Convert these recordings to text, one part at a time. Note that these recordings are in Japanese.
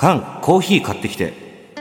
缶コーヒー買ってきて。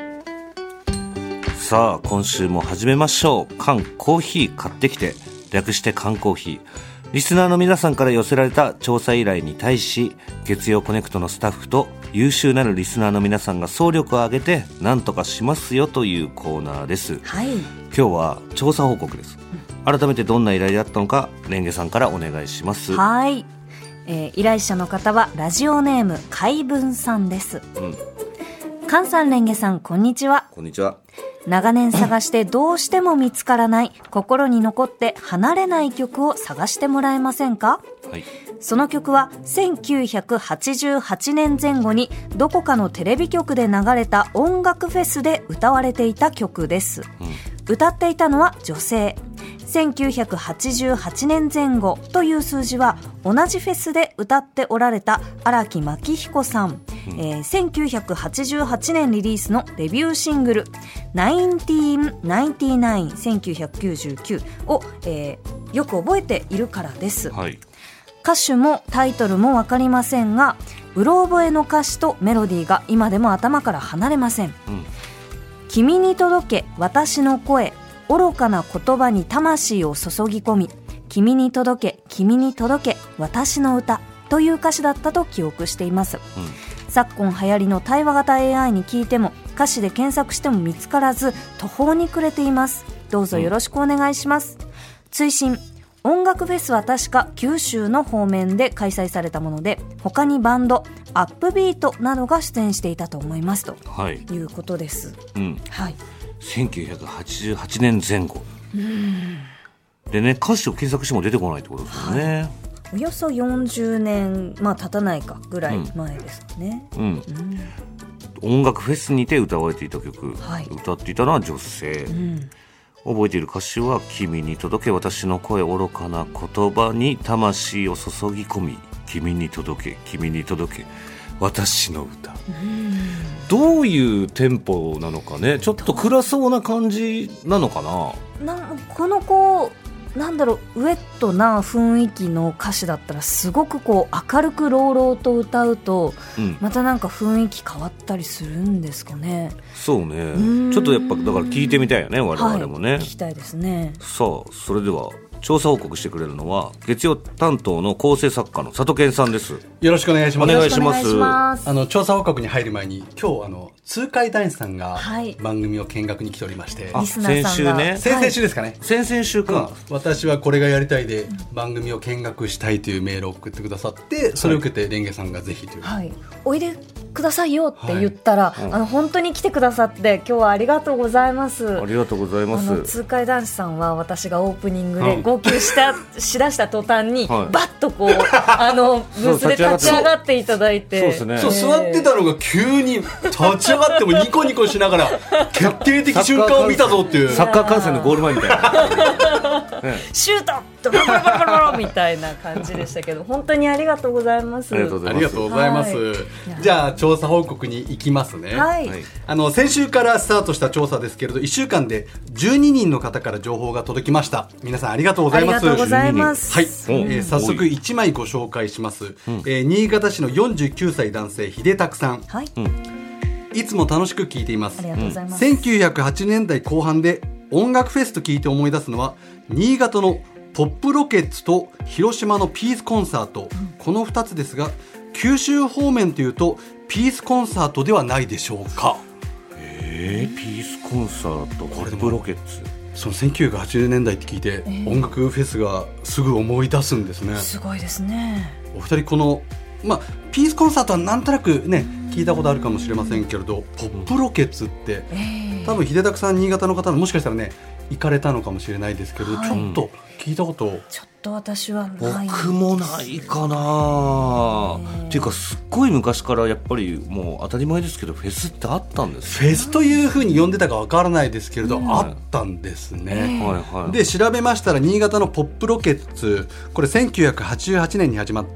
さあ今週も始めましょう。缶コーヒー買ってきて、略して缶コーヒー。リスナーの皆さんから寄せられた調査依頼に対し、月曜コネクトのスタッフと優秀なるリスナーの皆さんが総力を挙げて何とかしますよというコーナーです、 はい、 今日は調査報告です、改めてどんな依頼だったのかレンゲさんからお願いします。 はい、依頼者の方はラジオネーム海文さんです、菅さん、レンゲさん、こんにちは。 こんにちは。 長年探してどうしても見つからない心に残って離れない曲を探してもらえませんか。 はい、 その曲は1988年前後にどこかのテレビ局で流れた音楽フェスで歌われていた曲です、歌っていたのは女性。1988年前後という数字は同じフェスで歌っておられた荒木牧彦さん、1988年リリースのデビューシングル1999を、よく覚えているからです、 はい、 歌手もタイトルも分かりませんが、うろ覚えの歌詞とメロディーが今でも頭から離れません、君に届け私の声、愚かな言葉に魂を注ぎ込み、君に届け君に届け私の歌という歌詞だったと記憶しています、昨今流行りの対話型 AI に聞いても歌詞で検索しても見つからず途方に暮れています。どうぞよろしくお願いします、追伸、音楽フェスは確か九州の方面で開催されたもので、他にバンドアップビートなどが出演していたと思いますと、いうことです、はい、 1988年前後でね、歌詞を検索しても出てこないってことですよね、 およそ40年、経たないかぐらい前ですかね、 音楽フェスにて歌われていた曲、歌っていたのは女性、覚えている歌詞は君に届け私の声、愚かな言葉に魂を注ぎ込み、君に届け君に届け私の歌、どういうテンポなのかね。ちょっと暗そうな感じなのかな。 この子なんだろう、ウェットな雰囲気の歌詞だったらすごくこう明るく朗々と歌うと、またなんか雰囲気変わったりするんですかね。 そうね、ちょっとやっぱだから聞いてみたいよね、我々もね、 聞きたいですね。 さあそれでは調査報告してくれるのは月曜担当の構成作家の佐藤健さんです。 よろしくお願いします。 お願いします。 調査報告に入る前に今日痛快男子さんが番組を見学に来ておりまして、 リスナーさんが先々週ですかね、 先々週か、 私はこれがやりたいで番組を見学したいというメールを送ってくださって、それを受けてレンゲさんがぜひという、 おいでくださいよって言ったら、本当に来てくださって今日はありがとうございます。 ありがとうございます。 痛快男子さんは私がオープニングで号泣しだした途端に、バッとこうブースで立ち上がっていただいて、 そう座ってたのが急に立ち上がってもニコニコしながら決定的瞬間を見たぞっていう、 サッカー観戦のゴール前みたいなシュートドババババババみたいな感じでしたけど、本当にありがとうございます。 ありがとうございます、じゃあ調査報告に行きますね、先週からスタートした調査ですけれど、1週間で12人の方から情報が届きました。皆さんありがとうございます。 ありがとうございます。 はい、早速1枚ご紹介します、新潟市の49歳男性秀拓さん、いつも楽しく聞いています。 ありがとうございます。 1980年代後半で音楽フェスと聞いて思い出すのは新潟のポップロケッツと広島のピースコンサート、この2つですが、九州方面というとピースコンサートではないでしょうか。 ピースコンサート、ポップロケッツ、 その1980年代って聞いて、音楽フェスがすぐ思い出すんですね。 すごいですね。 お二人この、ピースコンサートはなんとなくね聞いたことあるかもしれませんけれど、ポップロケッツって、多分秀拓さん新潟の方のもしかしたらね行かれたのかもしれないですけど、ちょっと聞いたことちょっと私はない。 僕もないかな、っていうかすっごい昔からやっぱりもう当たり前ですけどフェスってあったんです。 フェスというふうに呼んでたかわからないですけれど、あったんですね、で調べましたら新潟のポップロケッツ、これ1988年に始まった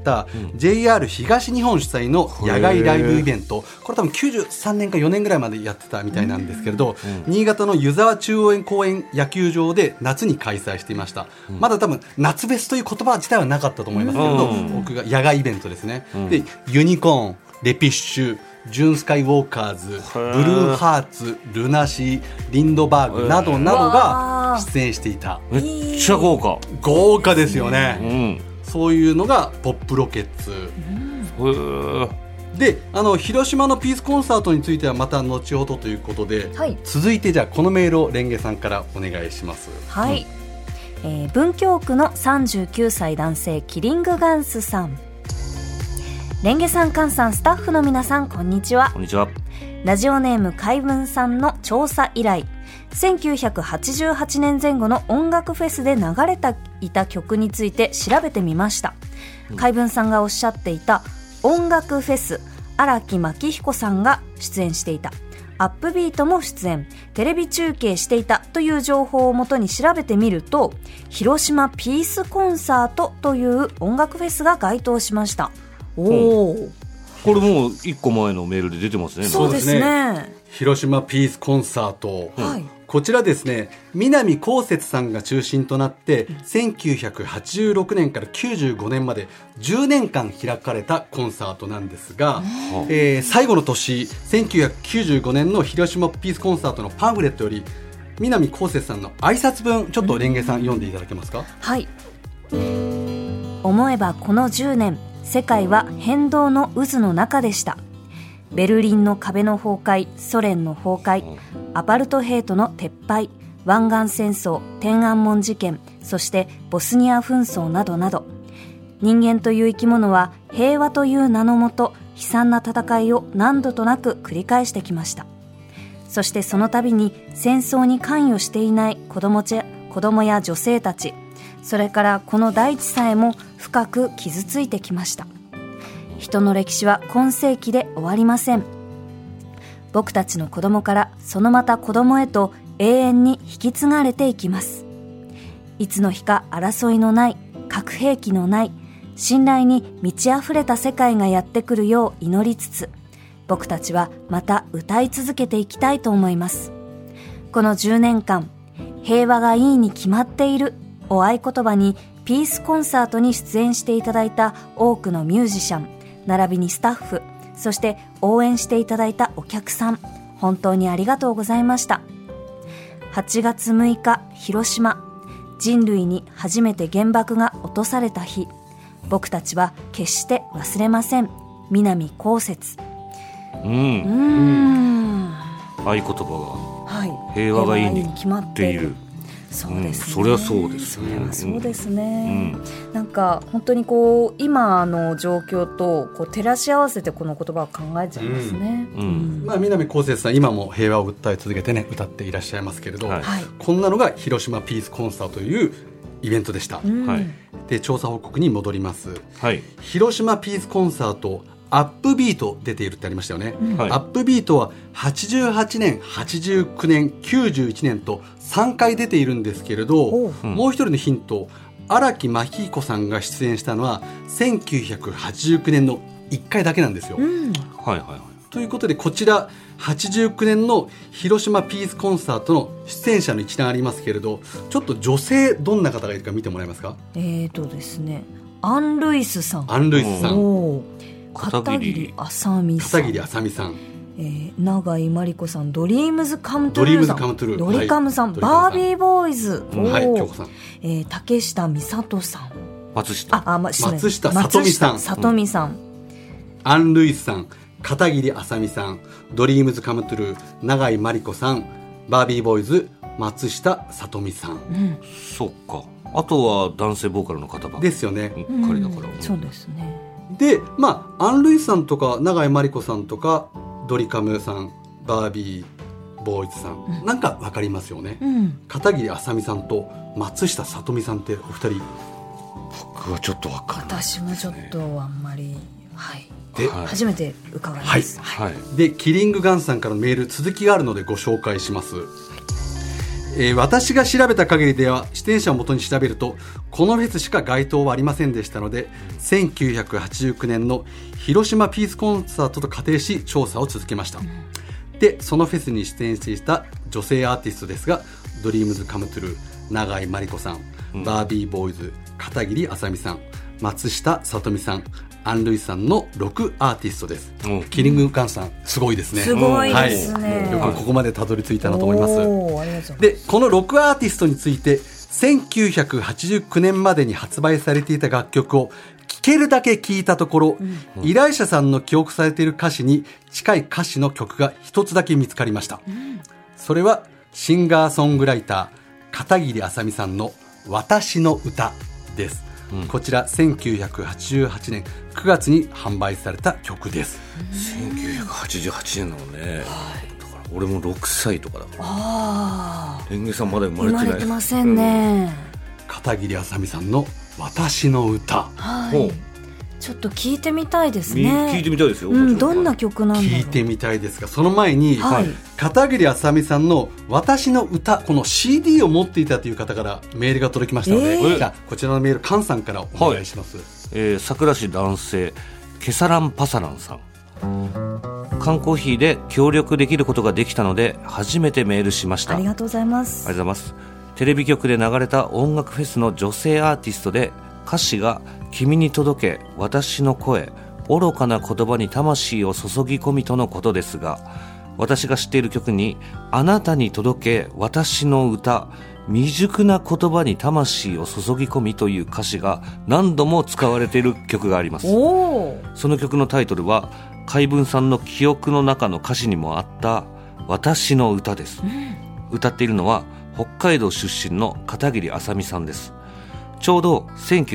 、JR 東日本主催の野外ライブイベント、これ多分93年か4年ぐらいまでやってたみたいなんですけれど、新潟の湯沢中央公園野球場で夏に開催していました、まだ多分夏フェスという言葉自体はなかったと思いますけれど、僕が野外イベントですね、でユニコーン、レピッシュ、 ジュンスカイウォーカーズ、ブルーハーツ、ルナシー、リンドバーグなどなどが出演していた。 めっちゃ豪華ですよね、そういうのがポップロケッツ、で広島のピースコンサートについてはまた後ほどということで、続いてじゃあこのメールをレンゲさんからお願いします。 はい、文京区の39歳男性キリングガンスさん。レンゲさん、カンさん、スタッフの皆さん、こんにちは。 こんにちは。 ラジオネーム海文さんの調査依頼、1988年前後の音楽フェスで流れていた曲について調べてみました。海文さんがおっしゃっていた音楽フェス、荒木牧彦さんが出演していた、アップビートも出演、テレビ中継していたという情報をもとに調べてみると、広島ピースコンサートという音楽フェスが該当しました。これもう1個前のメールで出てますね。 そうですね。 広島ピースコンサート、こちらですね、南こうせつさんが中心となって1986年から95年まで10年間開かれたコンサートなんですが、最後の年1995年の広島ピースコンサートのパンフレットより南こうせつさんの挨拶文、ちょっとレンゲさん読んでいただけますか。 はい。思えばこの10年、世界は変動の渦の中でした。ベルリンの壁の崩壊、ソ連の崩壊、アパルトヘイトの撤廃、湾岸戦争、天安門事件、そしてボスニア紛争などなど、人間という生き物は平和という名のもと悲惨な戦いを何度となく繰り返してきました。そしてその度に戦争に関与していない子供や女性たち、それからこの大地さえも深く傷ついてきました。人の歴史は今世紀で終わりません。僕たちの子供からそのまた子供へと永遠に引き継がれていきます。いつの日か争いのない、核兵器のない、信頼に満ち溢れた世界がやってくるよう祈りつつ、僕たちはまた歌い続けていきたいと思います。この10年間、平和がいいに決まっているを合言葉にピースコンサートに出演していただいた多くのミュージシャン、並びにスタッフ、そして応援していただいたお客さん、本当にありがとうございました。8月6日、広島、人類に初めて原爆が落とされた日、僕たちは決して忘れません。南こうせつ。合言葉が、平和がいいに決まっている。 そうですね、 そりゃそうですね。 そうですね、なんか本当にこう今の状況とこう照らし合わせてこの言葉を考えちゃいますね。 南こうせつさん、今も平和を訴え続けてね、歌っていらっしゃいますけれど、こんなのが広島ピースコンサートというイベントでした。で、調査報告に戻ります。広島ピースコンサート、アップビート出ているってありましたよね。アップビートは88年、89年、91年と3回出ているんですけれど、もう一人のヒント、荒木牧彦さんが出演したのは1989年の1回だけなんですよ。ということで、こちら89年の広島ピースコンサートの出演者の一覧ありますけれど、ちょっと女性どんな方がいるか見てもらえますか。 ですね、アン・ルイスさん、片桐あさみさん、永井真理子さん、ドリームズカムトゥルーさん、ドリカムさん、バービーボーイズ、 京子さん、 竹下美里さん、 松下さとみさん、アン・ルイスさん、片桐あさみさん、ドリームズカムトゥルー、永井真理子さん、バービーボーイズ、松下さとみさん。 そっか。あとは男性ボーカルの方ばですよね。 彼だから。 そうですね。 で、アン・ルイスさんとか永井真理子さんとかドリカムさん、バービーボーイズさん、なんか分かりますよね。片桐あさみさんと松下さとみさんってお二人、 僕はちょっと分かんないですね。 私もちょっとあんまり、で、初めて伺います。 で、キリングガンさんからのメール、続きがあるのでご紹介します。私が調べた限りでは、出演者を元に調べるとこのフェスしか該当はありませんでしたので、1989年の広島ピースコンサートと仮定し調査を続けました。で、そのフェスに出演していた女性アーティストですが、ドリームズカムトゥルー、永井真理子さん、バービーボーイズ、片桐あさみさん、 松下さとみさん、アン・ルイさんの6アーティストです。キリングガンさんすごいですね。 すごいですね、 はい、よくここまでたどり着いたなと思います。でこの6アーティストについて1989年までに発売されていた楽曲を聴けるだけ聴いたところ、依頼者さんの記憶されている歌詞に近い歌詞の曲が一つだけ見つかりました。それはシンガーソングライター片桐あさみさんの私の歌です。こちら1988年9月に販売された曲です。 1988年なのね、だから俺も6歳とかだから。レンゲさんまだ生まれてない。 生まれてませんね、 片桐あさみさんの私の歌、 ちょっと聞いてみたいですね。 聞いてみたいですよ、 どんな曲なんだろう。 聞いてみたいですが、その前に、片桐あさみさんの私の歌、この CD を持っていたという方からメールが届きましたので、じゃあこちらのメール菅さんからお願いします。 桜市男性ケサランパサランさん、缶コーヒーで協力できることができたので初めてメールしました。 ありがとうございます。 ありがとうございます。テレビ局で流れた音楽フェスの女性アーティストで、歌詞が君に届け私の声、愚かな言葉に魂を注ぎ込みとのことですが、私が知っている曲にあなたに届け私の歌、未熟な言葉に魂を注ぎ込みという歌詞が何度も使われている曲があります。その曲のタイトルは海文さんの記憶の中の歌詞にもあった私の歌です。歌っているのは北海道出身の片桐あさみさんです。ちょうど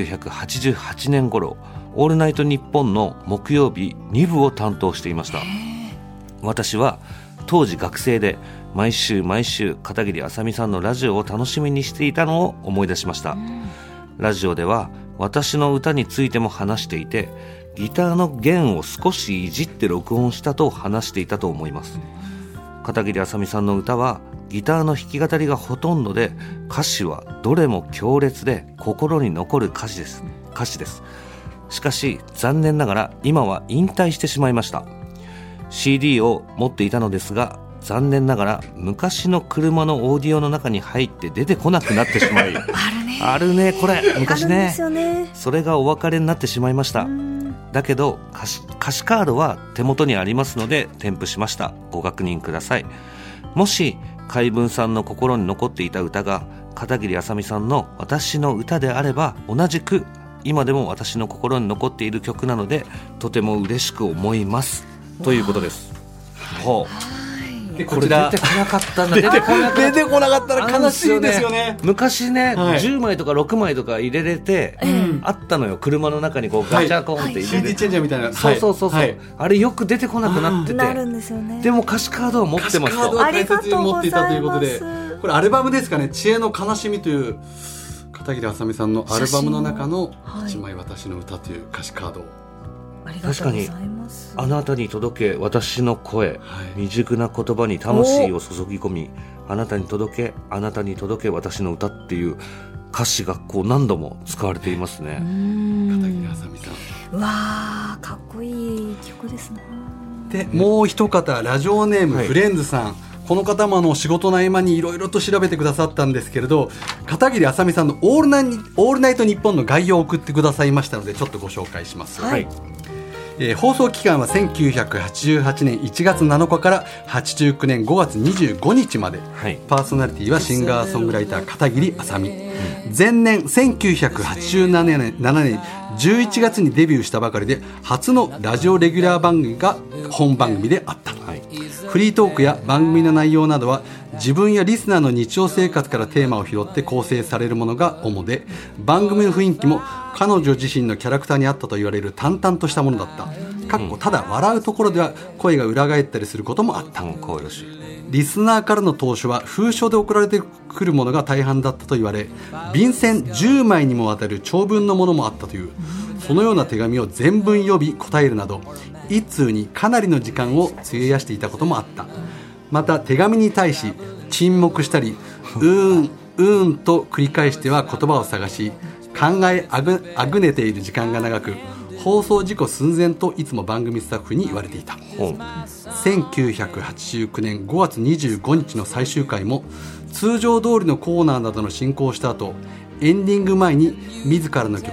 1988年頃、オールナイトニッポンの木曜日2部を担当していました。私は当時学生で毎週片桐あさみさんのラジオを楽しみにしていたのを思い出しました。ラジオでは私の歌についても話していて、ギターの弦を少しいじって録音したと話していたと思います。片桐あさみさんの歌はギターの弾き語りがほとんどで、歌詞はどれも強烈で心に残る歌詞です。しかし残念ながら今は引退してしまいました。 CD を持っていたのですが、残念ながら昔の車のオーディオの中に入って出てこなくなってしまいあるねこれ昔ね。それがお別れになってしまいました。だけど歌詞カードは手元にありますので添付しました。ご確認ください。もし海文さんの心に残っていた歌が片桐あさみさんの私の歌であれば、同じく今でも私の心に残っている曲なのでとても嬉しく思いますということです。でこちら出てこなかったんだ。出てこなかったら悲しいですよね。昔ね、10枚とか6枚とか入れれて、あったのよ。車の中にこうガチャコンって入れて、 CD チェンジャーみたいな。 そう、あれよく出てこなくなってて、 なるんですよね。 でも歌詞カードを持ってますと。 歌詞カードを大切に持っていたということで、これアルバムですかね、知恵の悲しみという片桐あさみさんのアルバムの中の一枚私の歌という歌詞カード。 確かにあなたに届け私の声、未熟な言葉に魂を注ぎ込み、あなたに届け私の歌っていう歌詞がこう何度も使われていますね。 片桐あさみさん、 うわーかっこいい曲ですね。 でもう一方、ラジオネームフレンズさん、この方も仕事の合間にいろいろと調べてくださったんですけれど、片桐あさみさんのオールナイトニッポンの概要を送ってくださいましたので、ちょっとご紹介します。放送期間は1988年1月7日から89年5月25日まで、パーソナリティはシンガーソングライター片桐あさみ。前年1987年11月にデビューしたばかりで初のラジオレギュラー番組が本番組であった。フリートークや番組の内容などは自分やリスナーの日常生活からテーマを拾って構成されるものが主で、番組の雰囲気も彼女自身のキャラクターにあったと言われる淡々としたものだった。ただ笑うところでは声が裏返ったりすることもあった。リスナーからの投書は封書で送られてくるものが大半だったと言われ、便箋10枚にもわたる長文のものもあったという。そのような手紙を全文読み答えるなど、一通にかなりの時間を費やしていたこともあった。また手紙に対し沈黙したり、と繰り返しては言葉を探し、考えあぐねている時間が長く、放送事故寸前といつも番組スタッフに言われていた。1989年5月25日の最終回も通常通りのコーナーなどの進行をした後、エンディング前に自らの曲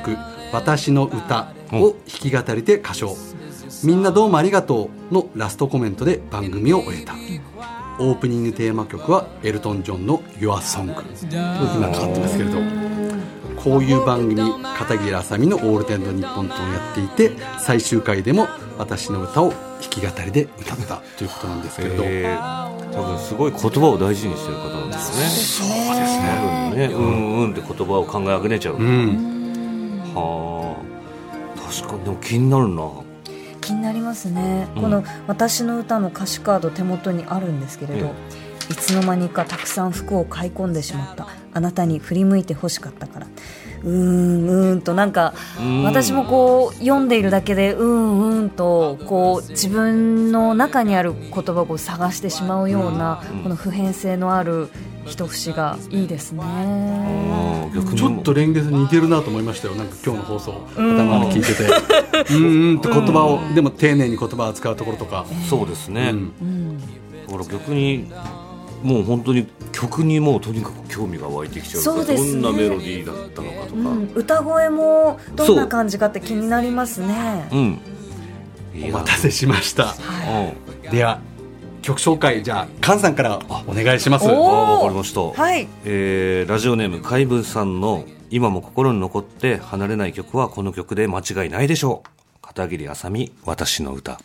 私の歌を弾き語りで歌唱、みんなどうもありがとうのラストコメントで番組を終えた。オープニングテーマ曲はエルトン・ジョンの Your Song 今かかってますけれど、こういう番組片桐あさみのオールデンド日本とやっていて、最終回でも私の歌を弾き語りで歌ったということなんですけれど、 多分すごい言葉を大事にしてる方なんですよね。 そうですね。 多分ね、うんって言葉を考えあぐねちゃう、はあ、確かにでも気になるな。 気になりますね、この私の歌の歌詞カード手元にあるんですけれど、いつの間にかたくさん服を買い込んでしまった。あなたに振り向いて欲しかったから。となんか私もこう読んでいるだけでとこう自分の中にある言葉を探してしまうようなこの普遍性のある一節がいいですね。 ちょっとレンゲさんに似てるなと思いましたよ。なんか今日の放送頭で聞いててって言葉をでも丁寧に言葉を使うところとか、 そうですね、だから逆にもう本当に曲にもうとにかく興味が湧いてきちゃう。 そうですね、 どんなメロディーだったのかとか、 歌声もどんな感じかって気になりますね。 お待たせしました、では曲紹介、じゃあ菅さんからお願いします。 わかりました、 はい。 ラジオネーム海文さんの今も心に残って離れない曲はこの曲で間違いないでしょう。片桐あさみ、私の歌。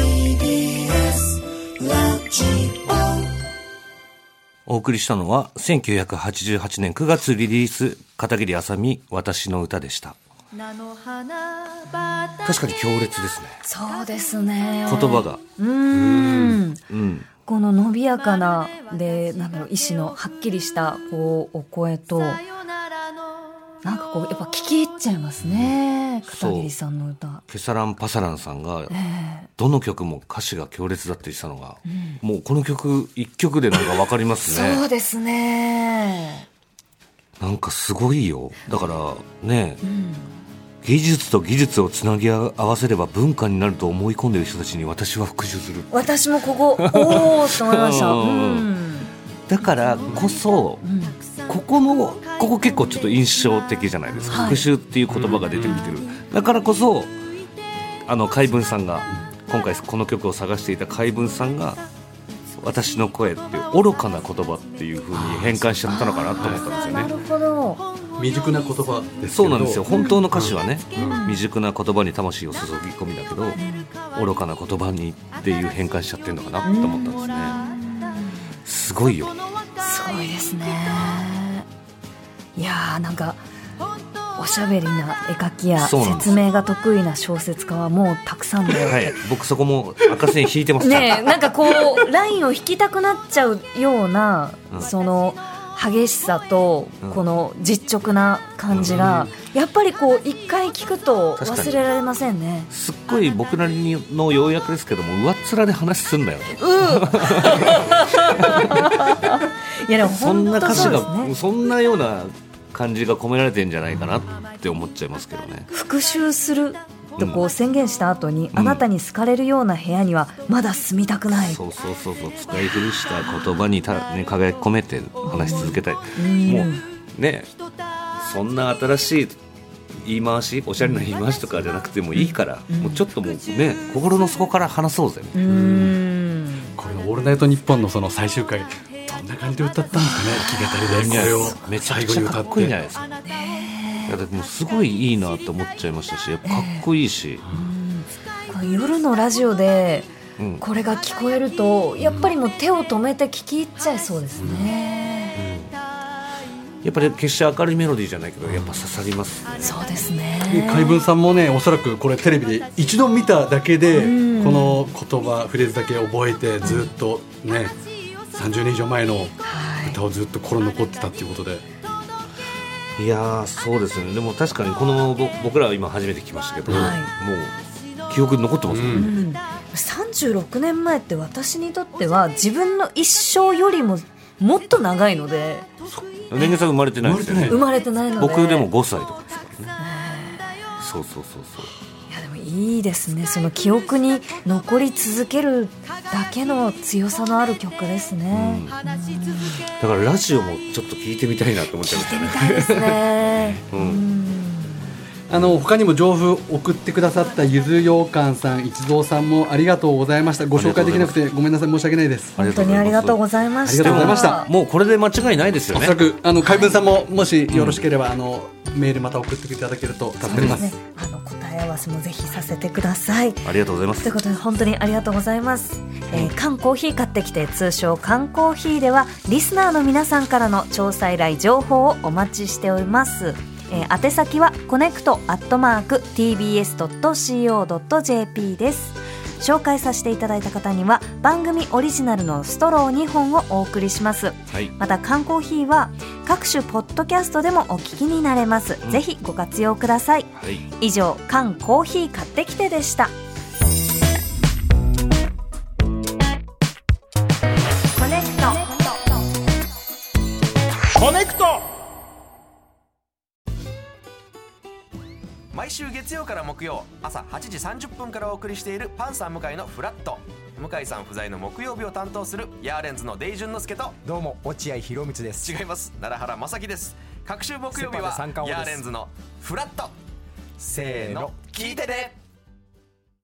お送りしたのは1988年9月リリース、片桐あさみ、私の歌でした。確かに強烈ですね。 そうですね、 言葉がこの伸びやかなで、意志のはっきりしたこうお声と、なんかこうやっぱ聞き入っちゃいますね、片桐さんの歌。 ケサランパサランさんが、どの曲も歌詞が強烈だって言ってたのが、もうこの曲一曲でなんか分かりますね。 そうですね、 なんかすごいよ。だからね、技術と技術をつなぎ合わせれば文化になると思い込んでいる人たちに私は復讐する。 私もここおーと思いました、 だからこそ、ここ結構ちょっと印象的じゃないですか、復讐っていう言葉が出てきてる、だからこそ海文さんが今回この曲を探していた海文さんが私の声っていう愚かな言葉っていう風に変換しちゃったのかなと思ったんですよね。 なるほど、 未熟な言葉ですけど。 そうなんですよ、本当の歌詞はね、未熟な言葉に魂を注ぎ込みだけど、愚かな言葉にっていう変換しちゃってるのかなと思ったんですね。すごいよ、 すごいですね。いやー、なんかおしゃべりな絵描きや説明が得意な小説家はもうたくさんで、 僕そこも赤線引いてますね。なんかこうラインを引きたくなっちゃうような、その激しさとこの実直な感じが、やっぱりこう一回聞くと忘れられませんね。 すっごい僕なりの要約ですけども、上っ面で話すんだよね。 いやでもそんな歌詞がそんなような感じが込められてんじゃないかなって思っちゃいますけどね。 復讐するとこう宣言した後に、あなたに好かれるような部屋にはまだ住みたくない、 そう使い古した言葉に輝き込めて話し続けたい、もうね、そんな新しい言い回し、おしゃれな言い回しとかじゃなくてもいいから、もうちょっともうね、心の底から話そうぜ。これオールナイトニッポンのその最終回、どんな感じで歌ったんですかね、弾き語りでこれをめちゃくちゃかっこいいじゃないですか。いやでもすごいいいなと思っちゃいましたし、やっぱかっこいいし、 夜のラジオでこれが聞こえると、やっぱりもう手を止めて聞き入っちゃいそうですね。 やっぱり決して明るいメロディーじゃないけど、やっぱ刺さりますね。 そうですね。 海文さんもね、おそらくこれテレビで一度見ただけで、この言葉フレーズだけ覚えて、ずっとね、30年以上前の歌をずっと心残ってたっていうことで、 いやそうですね。でも確かにこの僕らは今初めて来ましたけど、もう記憶に残ってますよね。 36年前って私にとっては自分の一生よりももっと長いので、 レンゲさん生まれてないですよね。 生まれてないので、 僕でも5歳とかですからね。そういやでもいいですね。その記憶に残り続けるだけの強さのある曲ですね。 だからラジオもちょっと聞いてみたいなと思っちゃいましたね。 聞いてみたいですね。 他にも情報送ってくださったゆずようかんさん、一蔵さんもありがとうございました。ご紹介できなくてごめんなさい、申し訳ないです。 本当にありがとうございました。 ありがとうございました。 もうこれで間違いないですよね。 おそらく海文さんももしよろしければ、メールまた送っていただけると助かります。 答え合わせもぜひさせてください。 ありがとうございます。 ということで本当にありがとうございます。缶コーヒー買ってきて、通称缶コーヒーではリスナーの皆さんからの調査依頼情報をお待ちしております。宛先はconnect@tbs.co.jp です。紹介させていただいた方には番組オリジナルのストロー2本をお送りします、はい、また缶コーヒーは各種ポッドキャストでもお聞きになれます、ぜひご活用ください、はい、以上缶コーヒー買ってきてでした。コネクト毎週月曜から木曜朝8時30分からお送りしているパンサー向井のフラット。向井さん不在の木曜日を担当するヤーレンズのデイジュンの之介と、 どうも落合博満です。 違います、奈良原正樹です。各週木曜日はヤーレンズのフラット。せーの聞いてね。